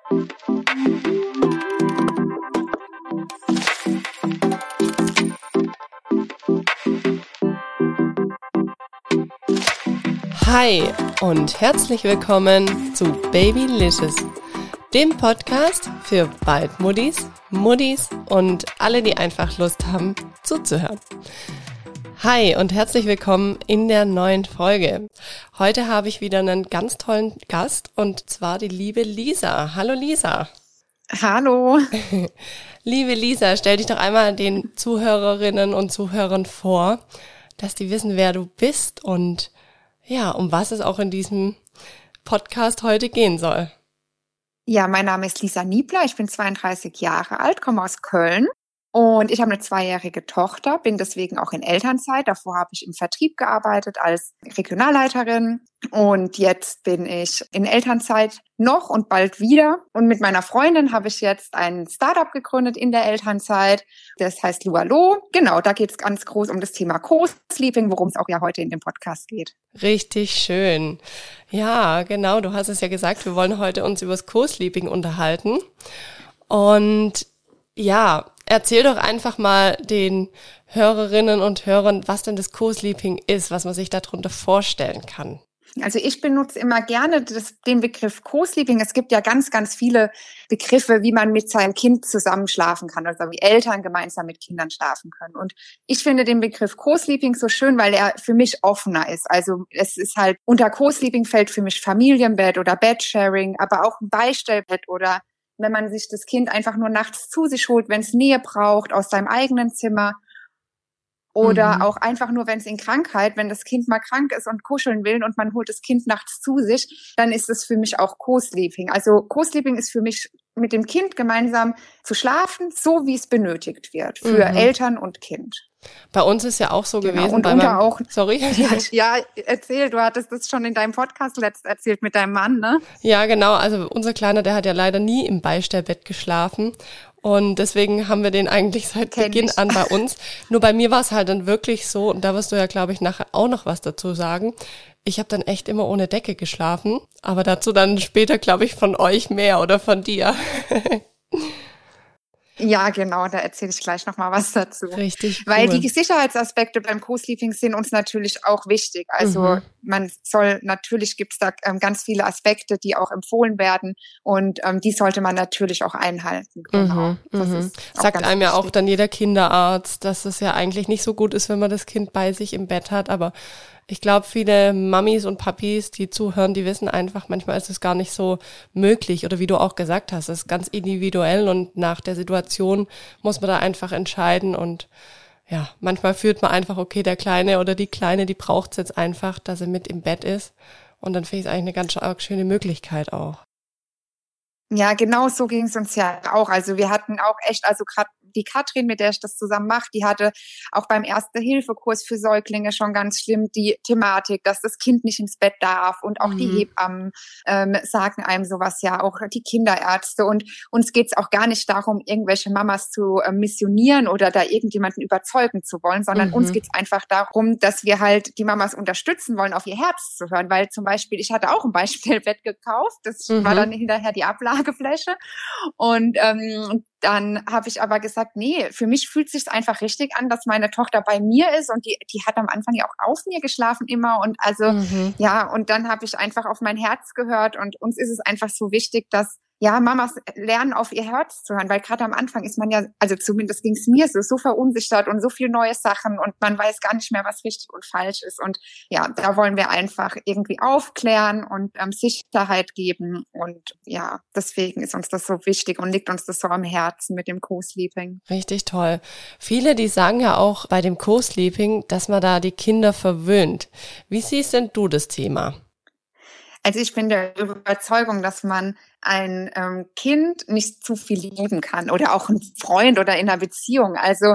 Hi und herzlich willkommen zu Babylicious, dem Podcast für Bald-Muddis, Muddis und alle, die einfach Lust haben, zuzuhören. Hi und herzlich willkommen in der neuen Folge. Heute habe ich wieder einen ganz tollen Gast und zwar die liebe Lisa. Hallo Lisa. Hallo. Liebe Lisa, stell dich doch einmal den Zuhörerinnen und Zuhörern vor, dass die wissen, wer du bist und ja, um was es auch in diesem Podcast heute gehen soll. Ja, mein Name ist Lisa Niebler, ich bin 32 Jahre alt, komme aus Köln und ich habe eine 2-jährige Tochter, bin deswegen auch in Elternzeit. Davor habe ich im Vertrieb gearbeitet als Regionalleiterin und jetzt bin ich in Elternzeit noch und bald wieder. Und mit meiner Freundin habe ich jetzt ein Startup gegründet in der Elternzeit. Das heißt Lualo. Genau, da geht es ganz groß um das Thema Co-Sleeping, worum es auch ja heute in dem Podcast geht. Richtig schön. Ja, genau, du hast es ja gesagt, wir wollen heute uns über das Co-Sleeping unterhalten. Und ja, erzähl doch einfach mal den Hörerinnen und Hörern, was denn das Co-Sleeping ist, was man sich darunter vorstellen kann. Also ich benutze immer gerne den Begriff Co-Sleeping. Es gibt ja ganz, ganz viele Begriffe, wie man mit seinem Kind zusammen schlafen kann, also wie Eltern gemeinsam mit Kindern schlafen können. Und ich finde den Begriff Co-Sleeping so schön, weil er für mich offener ist. Also es ist halt, unter Co-Sleeping fällt für mich Familienbett oder Bedsharing, aber auch ein Beistellbett oder wenn man sich das Kind einfach nur nachts zu sich holt, wenn es Nähe braucht, aus seinem eigenen Zimmer. Oder auch einfach nur, wenn es in Krankheit, wenn das Kind mal krank ist und kuscheln will und man holt das Kind nachts zu sich, dann ist es für mich auch Co-Sleeping. Also Co-Sleeping ist für mich mit dem Kind gemeinsam zu schlafen, so wie es benötigt wird, für Eltern und Kind. Bei uns ist ja auch so gewesen. Und unter auch. Sorry. Ja, erzähl, du hattest das schon in deinem Podcast letzt erzählt mit deinem Mann, ne? Ja, genau. Also unser Kleiner, der hat ja leider nie im Beistellbett geschlafen. Und deswegen haben wir den eigentlich seit Beginn an bei uns. Nur bei mir war es halt dann wirklich so, und da wirst du ja, glaube ich, nachher auch noch was dazu sagen. Ich habe dann echt immer ohne Decke geschlafen. Aber dazu dann später, glaube ich, von euch mehr oder von dir. Ja, genau, da erzähle ich gleich noch mal was dazu. Richtig cool. Weil die Sicherheitsaspekte beim Co-Sleeping sind uns natürlich auch wichtig. Also gibt es da ganz viele Aspekte, die auch empfohlen werden und die sollte man natürlich auch einhalten. Genau. Sagt einem ja auch dann jeder Kinderarzt, dass es ja eigentlich nicht so gut ist, wenn man das Kind bei sich im Bett hat, aber ich glaube, viele Mamis und Papis, die zuhören, die wissen einfach, manchmal ist es gar nicht so möglich. Oder wie du auch gesagt hast, es ist ganz individuell und nach der Situation muss man da einfach entscheiden. Und ja, manchmal fühlt man einfach, okay, der Kleine oder die Kleine, die braucht es jetzt einfach, dass er mit im Bett ist. Und dann finde ich es eigentlich eine ganz schöne Möglichkeit auch. Ja, genau so ging es uns ja auch. Also wir hatten auch echt, also gerade die Katrin, mit der ich das zusammen mache, die hatte auch beim Erste-Hilfe-Kurs für Säuglinge schon ganz schlimm die Thematik, dass das Kind nicht ins Bett darf und auch die Hebammen sagen einem sowas ja, auch die Kinderärzte. Und uns geht's auch gar nicht darum, irgendwelche Mamas zu missionieren oder da irgendjemanden überzeugen zu wollen, sondern uns geht's einfach darum, dass wir halt die Mamas unterstützen wollen, auf ihr Herz zu hören. Weil zum Beispiel, ich hatte auch ein Beistellbett gekauft, das war dann hinterher die Ablagefläche und dann habe ich aber gesagt, nee, für mich fühlt es sich einfach richtig an, dass meine Tochter bei mir ist und die hat am Anfang ja auch auf mir geschlafen immer und also ja, und dann habe ich einfach auf mein Herz gehört und uns ist es einfach so wichtig, dass ja, Mamas lernen, auf ihr Herz zu hören, weil gerade am Anfang ist man ja, also zumindest ging es mir so verunsichert und so viel neue Sachen und man weiß gar nicht mehr, was richtig und falsch ist. Und ja, da wollen wir einfach irgendwie aufklären und Sicherheit geben. Und ja, deswegen ist uns das so wichtig und liegt uns das so am Herzen mit dem Co-Sleeping. Richtig toll. Viele, die sagen ja auch bei dem Co-Sleeping, dass man da die Kinder verwöhnt. Wie siehst denn du das Thema? Also ich bin der Überzeugung, dass man ein Kind nicht zu viel lieben kann oder auch ein Freund oder in einer Beziehung. Also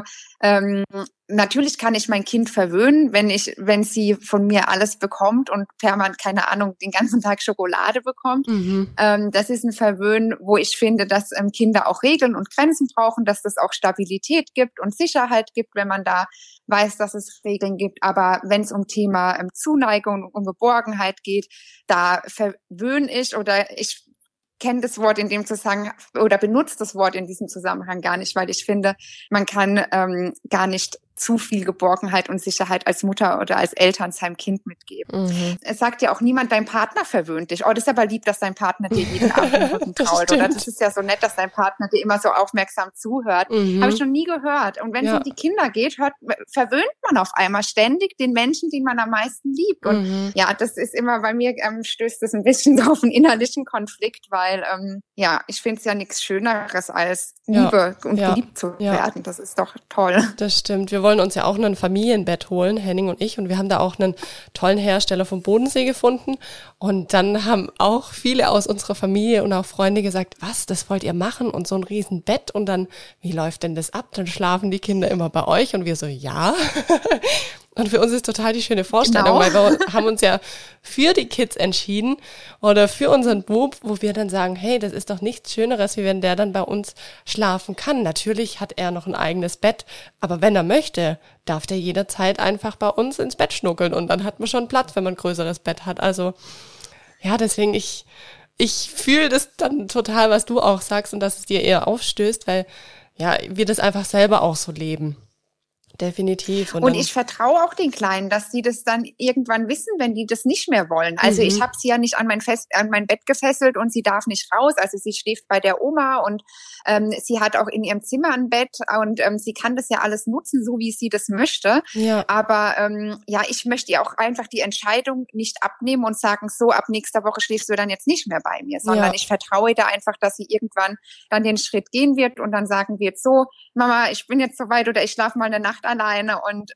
natürlich kann ich mein Kind verwöhnen, wenn sie von mir alles bekommt und permanent, keine Ahnung, den ganzen Tag Schokolade bekommt. Das ist ein Verwöhnen, wo ich finde, dass Kinder auch Regeln und Grenzen brauchen, dass das auch Stabilität gibt und Sicherheit gibt, wenn man da weiß, dass es Regeln gibt. Aber wenn es um Thema Zuneigung und Geborgenheit geht, da verwöhne ich oder ich kenne das Wort in dem Zusammenhang oder benutze das Wort in diesem Zusammenhang gar nicht, weil ich finde, man kann gar nicht zu viel Geborgenheit und Sicherheit als Mutter oder als Eltern seinem Kind mitgeben. Es sagt ja auch niemand, dein Partner verwöhnt dich. Oh, das ist aber lieb, dass dein Partner dir jeden Abend den Rücken krault. Oder das ist ja so nett, dass dein Partner dir immer so aufmerksam zuhört. Habe ich noch nie gehört. Und wenn es um die Kinder geht, verwöhnt man auf einmal ständig den Menschen, den man am meisten liebt. Und ja, das ist immer, bei mir stößt das ein bisschen so auf einen innerlichen Konflikt, weil ich finde es ja nichts Schöneres als Liebe und geliebt zu werden. Das ist doch toll. Das stimmt. Wir wollen uns ja auch ein Familienbett holen, Henning und ich, und wir haben da auch einen tollen Hersteller vom Bodensee gefunden und dann haben auch viele aus unserer Familie und auch Freunde gesagt, was, das wollt ihr machen und so ein riesen Bett und dann, wie läuft denn das ab? Dann schlafen die Kinder immer bei euch und wir so, ja. Und für uns ist total die schöne Vorstellung, weil wir haben uns ja für die Kids entschieden oder für unseren Bub, wo wir dann sagen, hey, das ist doch nichts Schöneres, wie wenn der dann bei uns schlafen kann. Natürlich hat er noch ein eigenes Bett, aber wenn er möchte, darf der jederzeit einfach bei uns ins Bett schnuckeln und dann hat man schon Platz, wenn man ein größeres Bett hat. Also ja, deswegen ich fühle das dann total, was du auch sagst und dass es dir eher aufstößt, weil ja, wir das einfach selber auch so leben. Definitiv. Und ich vertraue auch den Kleinen, dass sie das dann irgendwann wissen, wenn die das nicht mehr wollen. Also ich habe sie ja nicht an mein Bett gefesselt und sie darf nicht raus. Also sie schläft bei der Oma und sie hat auch in ihrem Zimmer ein Bett und sie kann das ja alles nutzen, so wie sie das möchte. Ja. Aber ich möchte ihr auch einfach die Entscheidung nicht abnehmen und sagen, so ab nächster Woche schläfst du dann jetzt nicht mehr bei mir, sondern ich vertraue da einfach, dass sie irgendwann dann den Schritt gehen wird und dann sagen wird, so Mama, ich bin jetzt soweit oder ich schlafe mal eine Nacht alleine und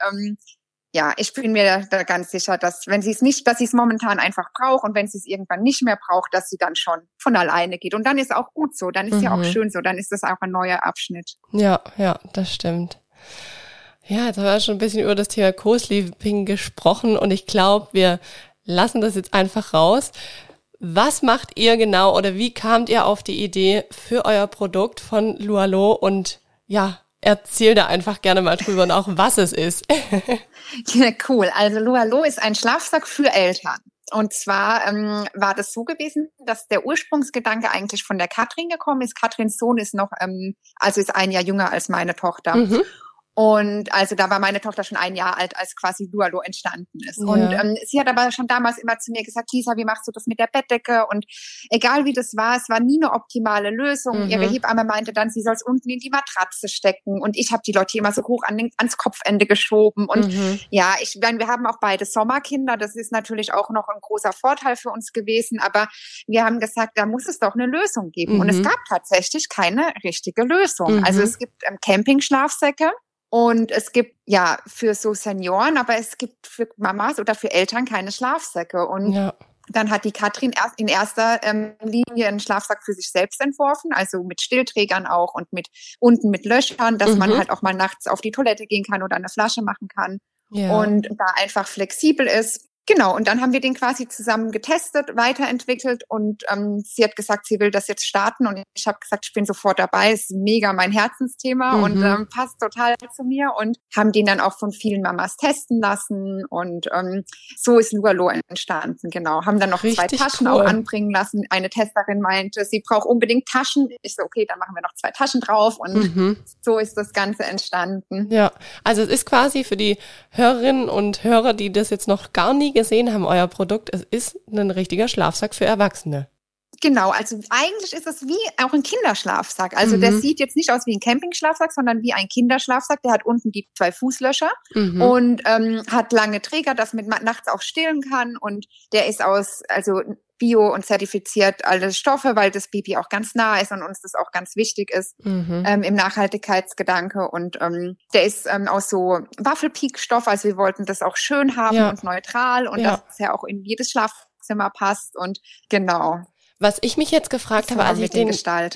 ich bin mir da ganz sicher, dass wenn sie es nicht, dass sie es momentan einfach braucht und wenn sie es irgendwann nicht mehr braucht, dass sie dann schon von alleine geht und dann ist auch gut so, dann ist ja auch schön so, dann ist das auch ein neuer Abschnitt. Ja, das stimmt. Ja, jetzt haben wir schon ein bisschen über das Thema Co-Sleeping gesprochen und ich glaube, wir lassen das jetzt einfach raus. Was macht ihr genau oder wie kamt ihr auf die Idee für euer Produkt von Lualo und erzähl da einfach gerne mal drüber und auch, was es ist. Ja, cool. Also Lualo ist ein Schlafsack für Eltern. Und zwar war das so gewesen, dass der Ursprungsgedanke eigentlich von der Katrin gekommen ist. Katrins Sohn ist noch, ist ein Jahr jünger als meine Tochter. Und also da war meine Tochter schon 1 Jahr alt, als quasi Lualo entstanden ist. Ja. Und sie hat aber schon damals immer zu mir gesagt, Lisa, wie machst du das mit der Bettdecke? Und egal wie das war, es war nie eine optimale Lösung. Ihre Hebamme meinte dann, sie soll es unten in die Matratze stecken. Und ich habe die Leute immer so hoch ans Kopfende geschoben. Und ich meine, wir haben auch beide Sommerkinder. Das ist natürlich auch noch ein großer Vorteil für uns gewesen. Aber wir haben gesagt, da muss es doch eine Lösung geben. Und es gab tatsächlich keine richtige Lösung. Also es gibt Campingschlafsäcke. Und es gibt für so Senioren, aber es gibt für Mamas oder für Eltern keine Schlafsäcke. Und dann hat die Katrin in erster Linie einen Schlafsack für sich selbst entworfen, also mit Stillträgern auch und unten mit Löchern, dass man halt auch mal nachts auf die Toilette gehen kann oder eine Flasche machen kann und da einfach flexibel ist. Genau, und dann haben wir den quasi zusammen getestet, weiterentwickelt und sie hat gesagt, sie will das jetzt starten und ich habe gesagt, ich bin sofort dabei, ist mega mein Herzensthema und passt total zu mir und haben den dann auch von vielen Mamas testen lassen und so ist Lualo entstanden, genau. Haben dann noch richtig 2 Taschen auch anbringen lassen. Eine Testerin meinte, sie braucht unbedingt Taschen. Ich so, okay, dann machen wir noch 2 Taschen drauf und so ist das Ganze entstanden. Ja, also es ist quasi für die Hörerinnen und Hörer, die das jetzt noch gar nie gesehen haben, euer Produkt, es ist ein richtiger Schlafsack für Erwachsene. Genau, also eigentlich ist es wie auch ein Kinderschlafsack. Also der sieht jetzt nicht aus wie ein Campingschlafsack, sondern wie ein Kinderschlafsack. Der hat unten die 2 Fußlöcher und hat lange Träger, dass man nachts auch stillen kann. Und der ist aus Bio und zertifiziert alle Stoffe, weil das Baby auch ganz nah ist und uns das auch ganz wichtig ist im Nachhaltigkeitsgedanke. Und der ist aus so Waffelpeak-Stoff, also wir wollten das auch schön haben und neutral und dass es ja auch in jedes Schlafzimmer passt und genau. Was ich mich jetzt gefragt habe, als ich den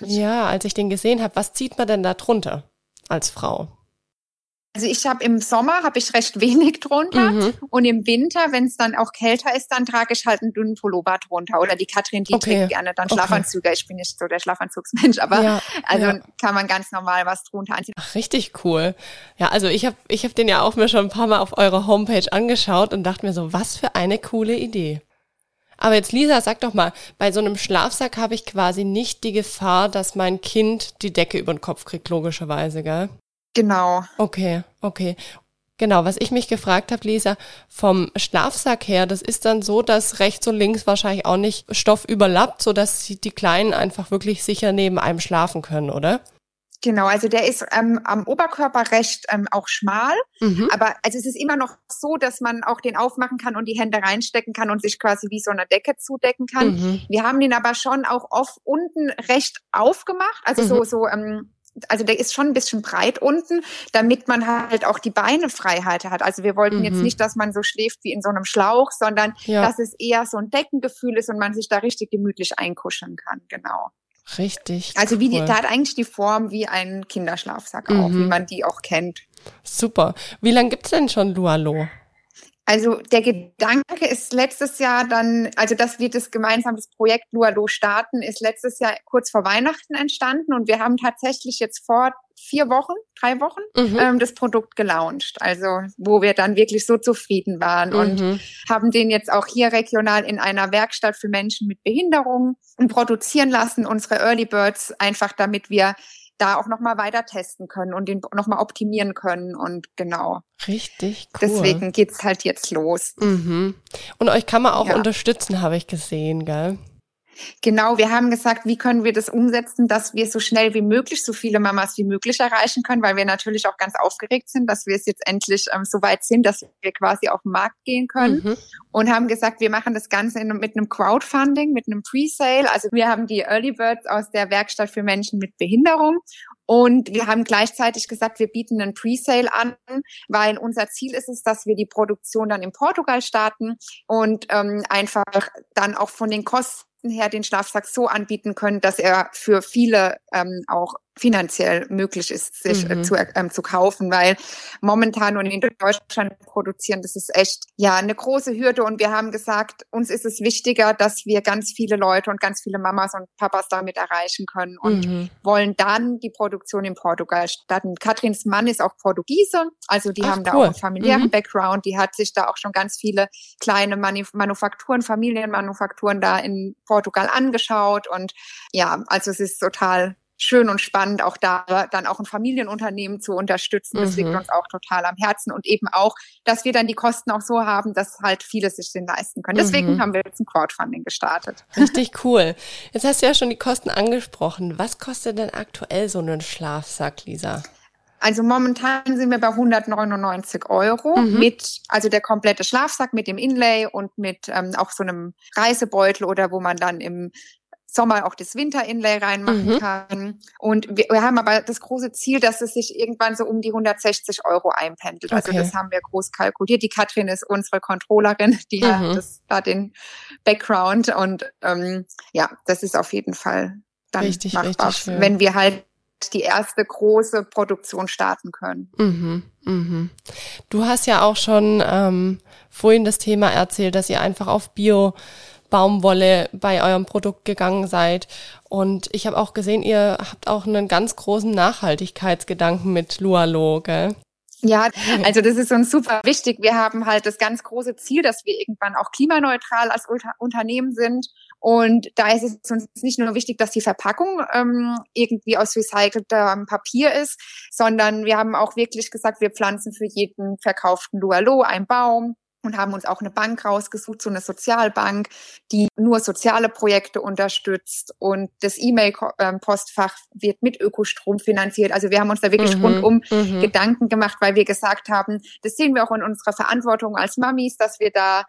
gesehen habe, was zieht man denn da drunter als Frau? Also im Sommer habe ich recht wenig drunter und im Winter, wenn es dann auch kälter ist, dann trage ich halt einen dünnen Pullover drunter. Oder die Katrin, die trägt gerne dann Schlafanzüge. Ich bin nicht so der Schlafanzugsmensch, aber kann man ganz normal was drunter anziehen. Ach, richtig cool. Ja, also ich hab den ja auch mir schon ein paar Mal auf eurer Homepage angeschaut und dachte mir so, was für eine coole Idee. Aber jetzt Lisa, sag doch mal, bei so einem Schlafsack habe ich quasi nicht die Gefahr, dass mein Kind die Decke über den Kopf kriegt, logischerweise, gell? Genau. Okay. Genau, was ich mich gefragt habe, Lisa, vom Schlafsack her, das ist dann so, dass rechts und links wahrscheinlich auch nicht Stoff überlappt, sodass die Kleinen einfach wirklich sicher neben einem schlafen können, oder? Genau, also der ist am Oberkörper recht auch schmal, aber also es ist immer noch so, dass man auch den aufmachen kann und die Hände reinstecken kann und sich quasi wie so eine Decke zudecken kann. Wir haben den aber schon auch oft unten recht aufgemacht, also also der ist schon ein bisschen breit unten, damit man halt auch die Beine Freiheit hat. Also wir wollten jetzt nicht, dass man so schläft wie in so einem Schlauch, sondern dass es eher so ein Deckengefühl ist und man sich da richtig gemütlich einkuscheln kann, genau. Richtig. Also cool. der hat eigentlich die Form wie ein Kinderschlafsack auch, wie man die auch kennt. Super. Wie lange gibt's denn schon Lualo? Also der Gedanke ist letztes Jahr dann, also dass wir das gemeinsames Projekt Lualo starten, ist letztes Jahr kurz vor Weihnachten entstanden und wir haben tatsächlich jetzt vor 3 Wochen das Produkt gelauncht. Also wo wir dann wirklich so zufrieden waren und haben den jetzt auch hier regional in einer Werkstatt für Menschen mit Behinderung produzieren lassen, unsere Early Birds, einfach damit wir da auch nochmal weiter testen können und den nochmal optimieren können und genau. Richtig cool. Deswegen geht's halt jetzt los. Und euch kann man auch unterstützen, habe ich gesehen, gell? Genau, wir haben gesagt, wie können wir das umsetzen, dass wir so schnell wie möglich so viele Mamas wie möglich erreichen können, weil wir natürlich auch ganz aufgeregt sind, dass wir es jetzt endlich so weit sind, dass wir quasi auf den Markt gehen können und haben gesagt, wir machen das Ganze mit einem Crowdfunding, mit einem Pre-Sale. Also wir haben die Early Birds aus der Werkstatt für Menschen mit Behinderung und wir haben gleichzeitig gesagt, wir bieten einen Pre-Sale an, weil unser Ziel ist es, dass wir die Produktion dann in Portugal starten und einfach dann auch von den Kosten her den Schlafsack so anbieten können, dass er für viele auch finanziell möglich ist, sich zu kaufen, weil momentan und in Deutschland produzieren, das ist echt eine große Hürde und wir haben gesagt, uns ist es wichtiger, dass wir ganz viele Leute und ganz viele Mamas und Papas damit erreichen können und wollen dann die Produktion in Portugal starten. Katrins Mann ist auch Portugiese, also die haben da auch einen familiären Background, die hat sich da auch schon ganz viele kleine Manufakturen, Familienmanufakturen da in Portugal angeschaut und also es ist total schön und spannend, auch da dann auch ein Familienunternehmen zu unterstützen. Das liegt uns auch total am Herzen und eben auch, dass wir dann die Kosten auch so haben, dass halt viele sich den leisten können. Deswegen haben wir jetzt ein Crowdfunding gestartet. Richtig cool. Jetzt hast du ja schon die Kosten angesprochen. Was kostet denn aktuell so ein Schlafsack, Lisa? Also momentan sind wir bei 199 € also der komplette Schlafsack mit dem Inlay und mit auch so einem Reisebeutel oder wo man dann im Sommer auch das Winter-Inlay reinmachen kann. Und wir haben aber das große Ziel, dass es sich irgendwann so um die 160 € einpendelt. Also das haben wir groß kalkuliert. Die Katrin ist unsere Controllerin, die hat da den Background und das ist auf jeden Fall dann richtig, machbar, richtig schön. wenn wir halt die erste große Produktion starten können. Du hast ja auch schon vorhin das Thema erzählt, dass ihr einfach auf Bio-Baumwolle bei eurem Produkt gegangen seid. Und ich habe auch gesehen, ihr habt auch einen ganz großen Nachhaltigkeitsgedanken mit Lualo, gell? Ja, also das ist uns super wichtig. Wir haben halt das ganz große Ziel, dass wir irgendwann auch klimaneutral als Unternehmen sind. Und da ist es uns nicht nur wichtig, dass die Verpackung irgendwie aus recyceltem Papier ist, sondern wir haben auch wirklich gesagt, wir pflanzen für jeden verkauften Lualo einen Baum. Und haben uns auch eine Bank rausgesucht, so eine Sozialbank, die nur soziale Projekte unterstützt. Und das E-Mail-Postfach wird mit Ökostrom finanziert. Also wir haben uns da wirklich rundum Gedanken gemacht, weil wir gesagt haben, das sehen wir auch in unserer Verantwortung als Mamis, dass wir da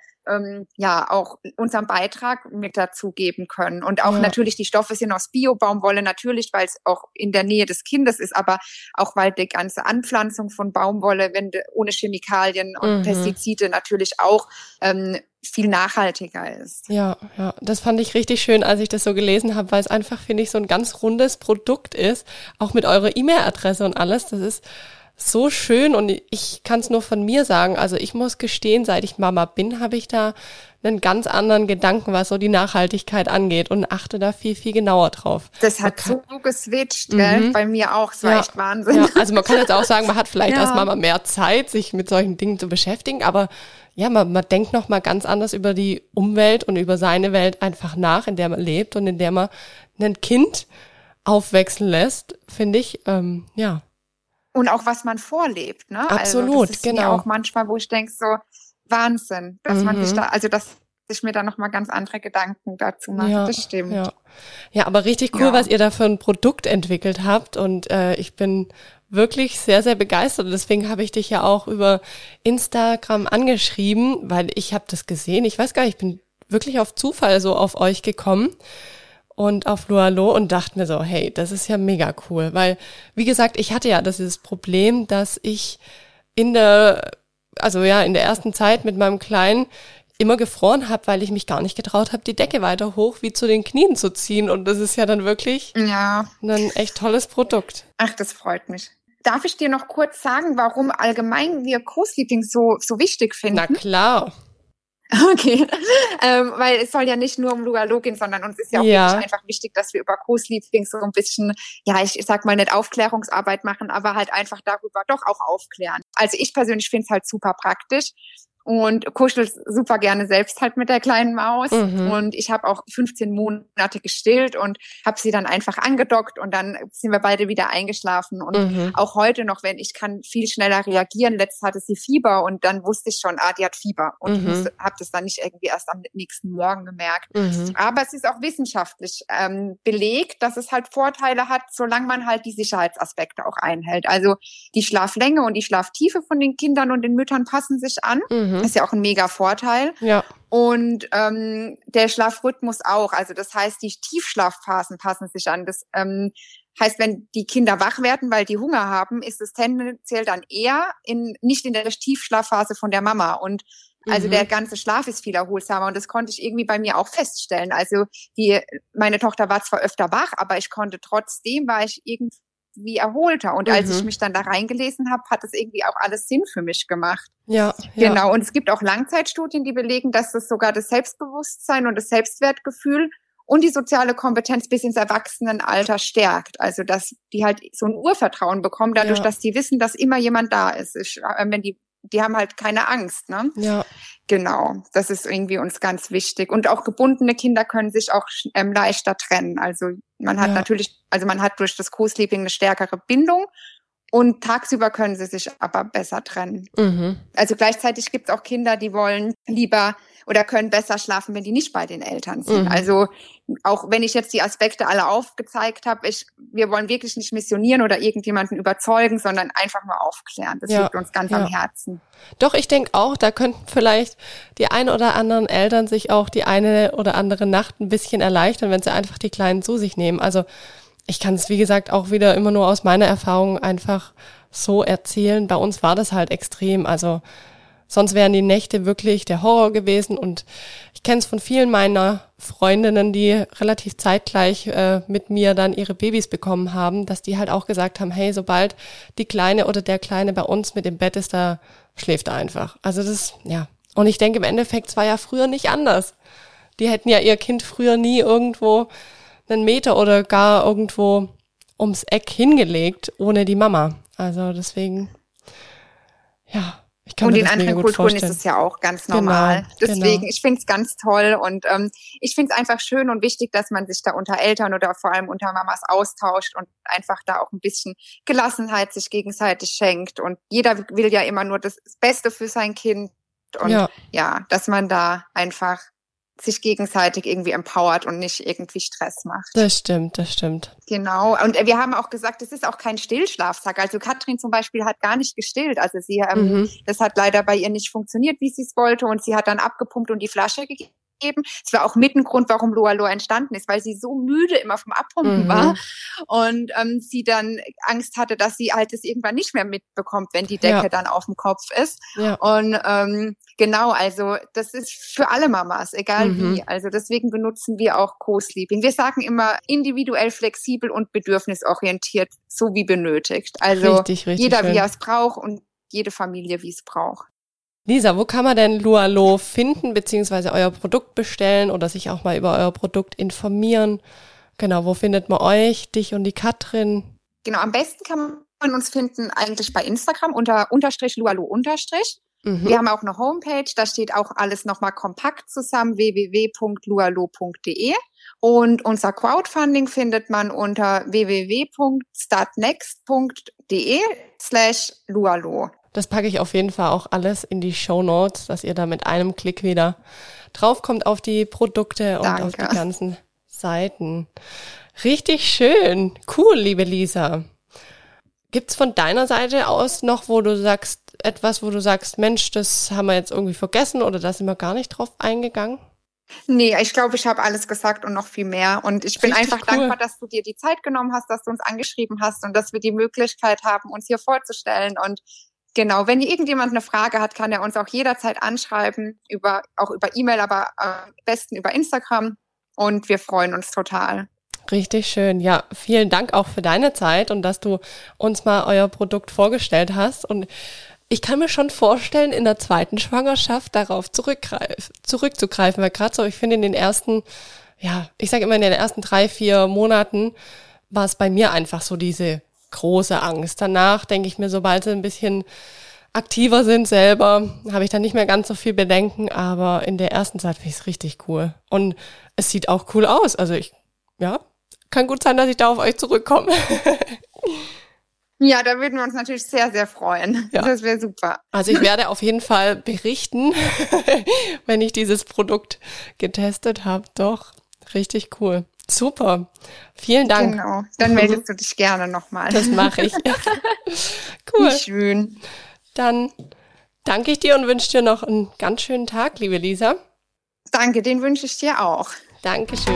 auch unseren Beitrag mit dazugeben können. Und auch natürlich, die Stoffe sind aus Bio-Baumwolle, natürlich, weil es auch in der Nähe des Kindes ist, aber auch weil die ganze Anpflanzung von Baumwolle, ohne Chemikalien und Pestizide natürlich auch viel nachhaltiger ist. Ja, das fand ich richtig schön, als ich das so gelesen habe, weil es einfach, finde ich, so ein ganz rundes Produkt ist, auch mit eurer E-Mail-Adresse und alles. Das ist so schön und ich kann es nur von mir sagen. Also ich muss gestehen, seit ich Mama bin, habe ich da einen ganz anderen Gedanken, was so die Nachhaltigkeit angeht und achte da viel, viel genauer drauf. Das hat so geswitcht, gell? Bei mir auch. Es war echt Wahnsinn. Ja, also man kann jetzt auch sagen, man hat vielleicht als Mama mehr Zeit, sich mit solchen Dingen zu beschäftigen, aber ja, man denkt noch mal ganz anders über die Umwelt und über seine Welt einfach nach, in der man lebt und in der man ein Kind aufwachsen lässt, finde ich, ja. Und auch was man vorlebt, ne? Absolut, also das ist mir auch manchmal, wo ich denke, so Wahnsinn, dass man sich da, also dass ich mir da nochmal ganz andere Gedanken dazu mache. Ja, das stimmt. Ja, aber richtig cool, was ihr da für ein Produkt entwickelt habt und ich bin wirklich sehr, sehr begeistert. Und deswegen habe ich dich ja auch über Instagram angeschrieben, weil ich habe das gesehen. Ich weiß gar nicht, ich bin wirklich auf Zufall so auf euch gekommen und auf Lualo und dachte mir so, hey, das ist ja mega cool. Weil, wie gesagt, ich hatte ja dieses Problem, dass ich in der ersten Zeit mit meinem Kleinen immer gefroren habe, weil ich mich gar nicht getraut habe, die Decke weiter hoch wie zu den Knien zu ziehen. Und das ist ja dann wirklich ein echt tolles Produkt. Ach, das freut mich. Darf ich dir noch kurz sagen, warum allgemein wir Co-Sleeping so wichtig finden? Na klar. Okay, weil es soll ja nicht nur um Lualo gehen, sondern uns ist ja auch wirklich einfach wichtig, dass wir über Co-Sleeping so ein bisschen, ich sag mal nicht Aufklärungsarbeit machen, aber halt einfach darüber doch auch aufklären. Also ich persönlich finde es halt super praktisch. Und kuschel super gerne selbst halt mit der kleinen Maus. Und ich habe auch 15 Monate gestillt und habe sie dann einfach angedockt und dann sind wir beide wieder eingeschlafen. Und auch heute noch, wenn ich kann viel schneller reagieren. Letztes hatte sie Fieber und dann wusste ich schon, die hat Fieber. Und ich habe das dann nicht irgendwie erst am nächsten Morgen gemerkt. Aber es ist auch wissenschaftlich belegt, dass es halt Vorteile hat, solange man halt die Sicherheitsaspekte auch einhält. Also die Schlaflänge und die Schlaftiefe von den Kindern und den Müttern passen sich an. Das ist ja auch ein mega Vorteil. Ja. Und der Schlafrhythmus auch. Also das heißt, die Tiefschlafphasen passen sich an. Das heißt, wenn die Kinder wach werden, weil die Hunger haben, ist es tendenziell dann eher nicht in der Tiefschlafphase von der Mama. Und also der ganze Schlaf ist viel erholsamer. Und das konnte ich irgendwie bei mir auch feststellen. Also meine Tochter war zwar öfter wach, aber war ich irgendwie erholter. Und als ich mich dann da reingelesen habe, hat es irgendwie auch alles Sinn für mich gemacht. Ja. Genau. Und es gibt auch Langzeitstudien, die belegen, dass das sogar das Selbstbewusstsein und das Selbstwertgefühl und die soziale Kompetenz bis ins Erwachsenenalter stärkt. Also, dass die halt so ein Urvertrauen bekommen, dadurch, dass die wissen, dass immer jemand da ist. Wenn die haben halt keine Angst, ne? Ja. Genau. Das ist irgendwie uns ganz wichtig. Und auch gebundene Kinder können sich auch leichter trennen. Also, man hat man hat durch das Co-Sleeping eine stärkere Bindung. Und tagsüber können sie sich aber besser trennen. Also gleichzeitig gibt es auch Kinder, die wollen lieber oder können besser schlafen, wenn die nicht bei den Eltern sind. Also auch wenn ich jetzt die Aspekte alle aufgezeigt habe, wir wollen wirklich nicht missionieren oder irgendjemanden überzeugen, sondern einfach mal aufklären. Das liegt uns ganz am Herzen. Doch, ich denke auch, da könnten vielleicht die ein oder anderen Eltern sich auch die eine oder andere Nacht ein bisschen erleichtern, wenn sie einfach die Kleinen zu sich nehmen. Also ich kann es, wie gesagt, auch wieder immer nur aus meiner Erfahrung einfach so erzählen. Bei uns war das halt extrem. Also sonst wären die Nächte wirklich der Horror gewesen. Und ich kenne es von vielen meiner Freundinnen, die relativ zeitgleich mit mir dann ihre Babys bekommen haben, dass die halt auch gesagt haben, hey, sobald die Kleine oder der Kleine bei uns mit im Bett ist, da schläft er einfach. Also das, Und ich denke, im Endeffekt, es war ja früher nicht anders. Die hätten ja ihr Kind früher nie irgendwo einen Meter oder gar irgendwo ums Eck hingelegt, ohne die Mama. Also deswegen, ich kann mir das mega gut vorstellen. Und in anderen Kulturen ist es ja auch ganz normal. Deswegen, ich finde es ganz toll und ich finde es einfach schön und wichtig, dass man sich da unter Eltern oder vor allem unter Mamas austauscht und einfach da auch ein bisschen Gelassenheit sich gegenseitig schenkt. Und jeder will ja immer nur das Beste für sein Kind. Und dass man da einfach sich gegenseitig irgendwie empowert und nicht irgendwie Stress macht. Das stimmt. Genau. Und wir haben auch gesagt, es ist auch kein Stillschlaftag. Also Katrin zum Beispiel hat gar nicht gestillt. Also sie, das hat leider bei ihr nicht funktioniert, wie sie es wollte. Und sie hat dann abgepumpt und die Flasche gegeben. geben. Das war auch mit ein Grund, warum Loa Loa entstanden ist, weil sie so müde immer vom Abpumpen war und sie dann Angst hatte, dass sie halt das irgendwann nicht mehr mitbekommt, wenn die Decke dann auf dem Kopf ist. Ja. Und genau, also das ist für alle Mamas, egal wie. Also deswegen benutzen wir auch Co-Sleeping. Wir sagen immer individuell, flexibel und bedürfnisorientiert, so wie benötigt. Also richtig jeder, schön, wie er es braucht und jede Familie, wie es braucht. Lisa, wo kann man denn Lualo finden, beziehungsweise euer Produkt bestellen oder sich auch mal über euer Produkt informieren? Genau, wo findet man euch, dich und die Katrin? Genau, am besten kann man uns finden eigentlich bei Instagram unter _Lualo_. Wir haben auch eine Homepage, da steht auch alles nochmal kompakt zusammen, www.lualo.de. Und unser Crowdfunding findet man unter www.startnext.de/Lualo. Das packe ich auf jeden Fall auch alles in die Shownotes, dass ihr da mit einem Klick wieder draufkommt auf die Produkte und auf die ganzen Seiten. Richtig schön. Cool, liebe Lisa. Gibt's von deiner Seite aus noch, wo du sagst, Mensch, das haben wir jetzt irgendwie vergessen oder da sind wir gar nicht drauf eingegangen? Nee, ich glaube, ich habe alles gesagt und noch viel mehr. Und ich bin einfach dankbar, dass du dir die Zeit genommen hast, dass du uns angeschrieben hast und dass wir die Möglichkeit haben, uns hier vorzustellen. Und genau, wenn irgendjemand eine Frage hat, kann er uns auch jederzeit anschreiben, auch über E-Mail, aber am besten über Instagram. Und wir freuen uns total. Richtig schön. Ja, vielen Dank auch für deine Zeit und dass du uns mal euer Produkt vorgestellt hast. Und ich kann mir schon vorstellen, in der zweiten Schwangerschaft darauf zurückzugreifen, weil gerade so, ich finde in den ersten, ich sage immer in den ersten 3-4 Monaten war es bei mir einfach so diese große Angst. Danach denke ich mir, sobald sie ein bisschen aktiver sind selber, habe ich dann nicht mehr ganz so viel Bedenken, aber in der ersten Zeit finde ich es richtig cool. Und es sieht auch cool aus. Also kann gut sein, dass ich da auf euch zurückkomme. Ja, da würden wir uns natürlich sehr, sehr freuen. Ja. Das wäre super. Also ich werde auf jeden Fall berichten, wenn ich dieses Produkt getestet habe. Doch, richtig cool. Super. Vielen Dank. Genau, dann meldest du dich gerne nochmal. Das mache ich. Cool. Wie schön. Dann danke ich dir und wünsche dir noch einen ganz schönen Tag, liebe Lisa. Danke, den wünsche ich dir auch. Dankeschön.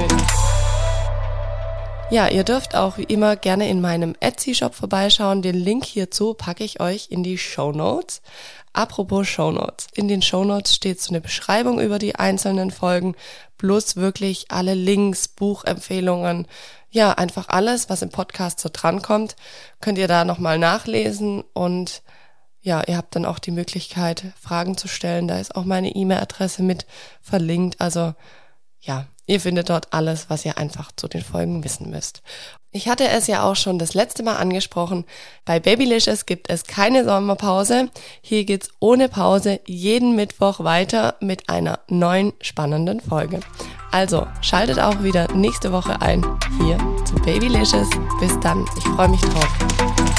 Ja, ihr dürft auch wie immer gerne in meinem Etsy-Shop vorbeischauen. Den Link hierzu packe ich euch in die Shownotes. Apropos Shownotes. In den Shownotes steht so eine Beschreibung über die einzelnen Folgen, plus wirklich alle Links, Buchempfehlungen, einfach alles, was im Podcast so drankommt, könnt ihr da nochmal nachlesen und ihr habt dann auch die Möglichkeit, Fragen zu stellen. Da ist auch meine E-Mail-Adresse mit verlinkt. Also ihr findet dort alles, was ihr einfach zu den Folgen wissen müsst. Ich hatte es ja auch schon das letzte Mal angesprochen. Bei Babylicious gibt es keine Sommerpause. Hier geht's ohne Pause jeden Mittwoch weiter mit einer neuen spannenden Folge. Also schaltet auch wieder nächste Woche ein hier zu Babylicious. Bis dann, ich freue mich drauf.